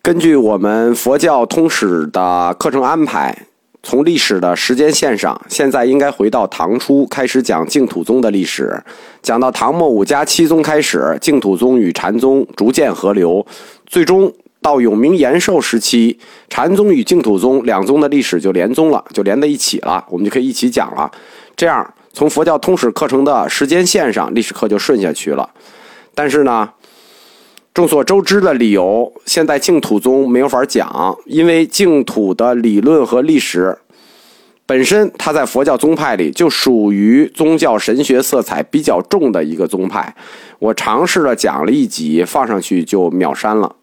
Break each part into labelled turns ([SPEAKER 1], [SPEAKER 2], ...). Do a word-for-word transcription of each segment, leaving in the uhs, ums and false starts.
[SPEAKER 1] 根据我们佛教通史的课程安排，从历史的时间线上，现在应该回到唐初，开始讲净土宗的历史，讲到唐末五家七宗开始，净土宗与禅宗逐渐合流，最终到永明延寿时期，禅宗与净土宗两宗的历史就连宗了，就连在一起了，我们就可以一起讲了。这样从佛教通史课程的时间线上，历史课就顺下去了。但是呢，众所周知的理由，现在净土宗没有法讲，因为净土的理论和历史本身它在佛教宗派里就属于宗教神学色彩比较重的一个宗派。我尝试了讲了一集，放上去就秒删了。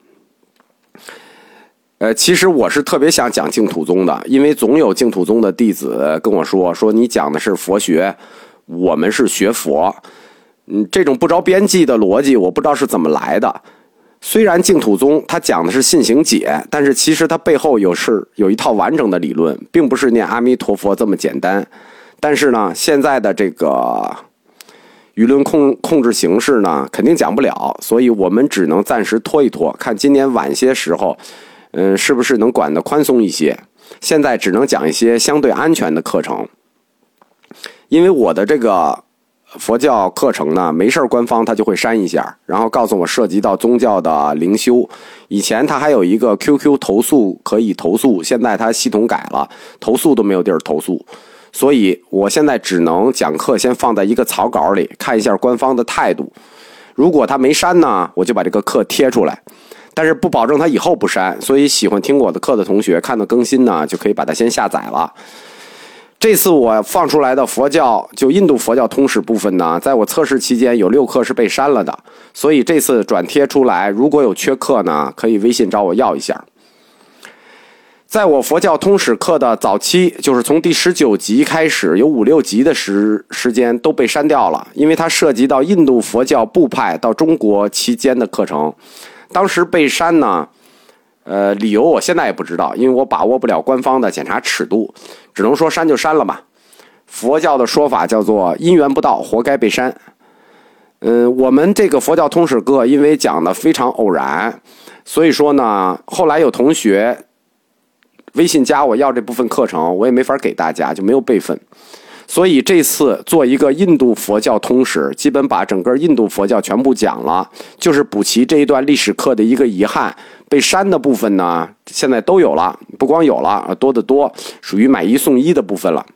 [SPEAKER 1] 呃，其实我是特别想讲净土宗的，因为总有净土宗的弟子跟我说，说你讲的是佛学，我们是学佛。嗯，这种不着边际的逻辑，我不知道是怎么来的。虽然净土宗它讲的是信行解，但是其实它背后有是有一套完整的理论，并不是念阿弥陀佛这么简单。但是呢，现在的这个舆论控控制形式呢，肯定讲不了，所以我们只能暂时拖一拖，看今年晚些时候，嗯，是不是能管得宽松一些。现在只能讲一些相对安全的课程，因为我的这个佛教课程呢，没事官方他就会删一下，然后告诉我涉及到宗教的灵修。以前他还有一个 Q Q 投诉可以投诉，现在他系统改了，投诉都没有地儿投诉。所以我现在只能讲课先放在一个草稿里，看一下官方的态度。如果他没删呢，我就把这个课贴出来，但是不保证他以后不删，所以喜欢听我的课的同学看到更新呢，就可以把它先下载了。这次我放出来的佛教，就印度佛教通史部分呢，在我测试期间有六课是被删了的，所以这次转贴出来，如果有缺课呢，可以微信找我要一下。在我佛教通史课的早期，就是从第十九集开始，有五六集的时时间都被删掉了，因为它涉及到印度佛教部派到中国期间的课程。当时被删呢，呃，理由我现在也不知道，因为我把握不了官方的检查尺度，只能说删就删了吧。佛教的说法叫做因缘不到，活该被删。嗯，我们这个佛教通史课因为讲的非常偶然，所以说呢，后来有同学微信加我要这部分课程，我也没法给大家，就没有备份。所以这次做一个印度佛教通史，基本把整个印度佛教全部讲了，就是补齐这一段历史课的一个遗憾。被删的部分呢，现在都有了，不光有了，多得多，属于买一送一的部分了。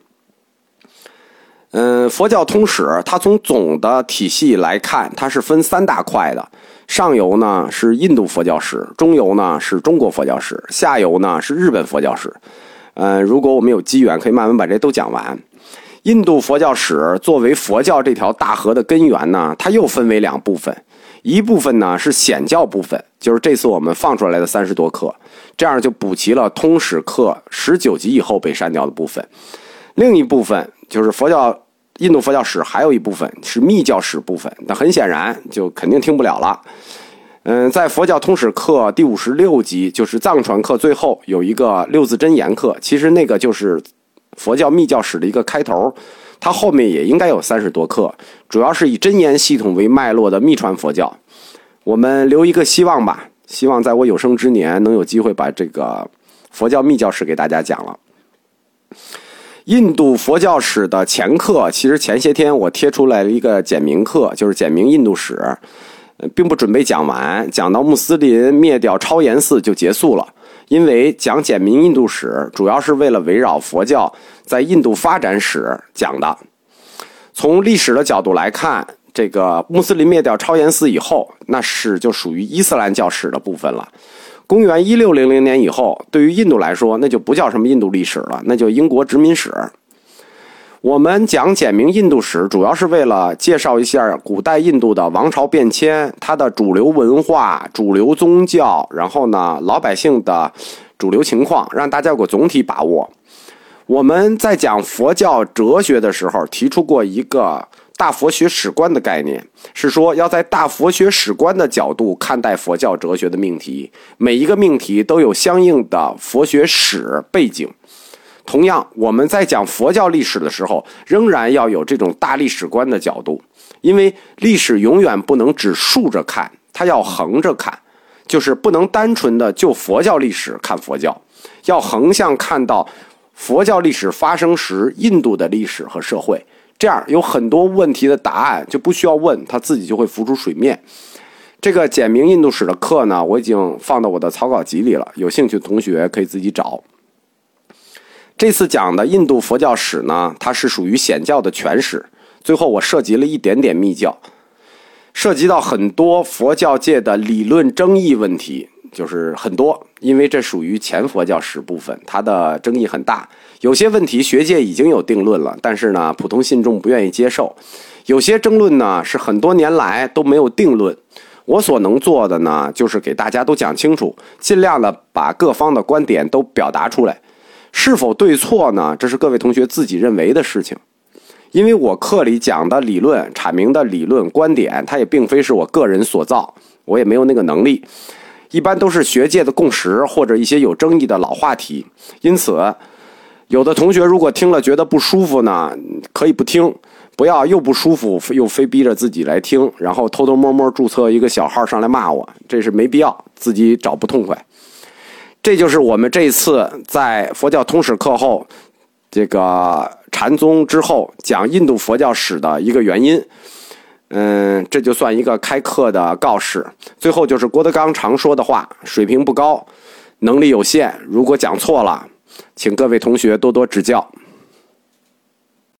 [SPEAKER 1] 嗯，佛教通史它从总的体系来看，它是分三大块的。上游呢是印度佛教史，中游呢是中国佛教史，下游呢是日本佛教史。嗯，如果我们有机缘，可以慢慢把这都讲完。印度佛教史作为佛教这条大河的根源呢，它又分为两部分，一部分呢是显教部分，就是这次我们放出来的三十多课，这样就补齐了通史课十九集以后被删掉的部分。另一部分就是佛教印度佛教史，还有一部分是密教史部分，那很显然就肯定听不了了。嗯，在佛教通史课第五十六集，就是藏传课最后有一个六字真言课，其实那个就是佛教密教史的一个开头，它后面也应该有三十多课，主要是以真言系统为脉络的密传佛教。我们留一个希望吧，希望在我有生之年能有机会把这个佛教密教史给大家讲了。印度佛教史的前课，其实前些天我贴出来了一个简明课，就是简明印度史，并不准备讲完，讲到穆斯林灭掉超颜寺就结束了。因为讲简明印度史主要是为了围绕佛教在印度发展史讲的。从历史的角度来看，这个穆斯林灭掉超颜寺以后，那史就属于伊斯兰教史的部分了。公元一六零零年以后，对于印度来说，那就不叫什么印度历史了，那就英国殖民史。我们讲简明印度史，主要是为了介绍一下古代印度的王朝变迁，它的主流文化、主流宗教，然后呢，老百姓的主流情况，让大家有个总体把握。我们在讲佛教哲学的时候，提出过一个大佛学史观的概念，是说要在大佛学史观的角度看待佛教哲学的命题，每一个命题都有相应的佛学史背景。同样，我们在讲佛教历史的时候，仍然要有这种大历史观的角度，因为历史永远不能只竖着看，它要横着看。 就是不能单纯的就佛教历史看佛教，要横向看到佛教历史发生时印度的历史和社会，这样有很多问题的答案就不需要问，它自己就会浮出水面。这个简明印度史的课呢，我已经放到我的草稿集里了，有兴趣的同学可以自己找。这次讲的印度佛教史呢，它是属于显教的全史，最后我涉及了一点点密教，涉及到很多佛教界的理论争议问题，就是很多，因为这属于前佛教史部分，它的争议很大。有些问题学界已经有定论了，但是呢，普通信众不愿意接受。有些争论呢，是很多年来都没有定论。我所能做的呢，就是给大家都讲清楚，尽量的把各方的观点都表达出来。是否对错呢？这是各位同学自己认为的事情。因为我课里讲的理论、阐明的理论观点，它也并非是我个人所造，我也没有那个能力。一般都是学界的共识或者一些有争议的老话题。因此，有的同学如果听了觉得不舒服呢，可以不听，不要又不舒服又非逼着自己来听，然后偷偷摸摸注册一个小号上来骂我，这是没必要，自己找不痛快。这就是我们这一次在佛教通史课后，这个禅宗之后讲印度佛教史的一个原因。嗯，这就算一个开课的告示。最后就是郭德纲常说的话，水平不高，能力有限，如果讲错了，请各位同学多多指教。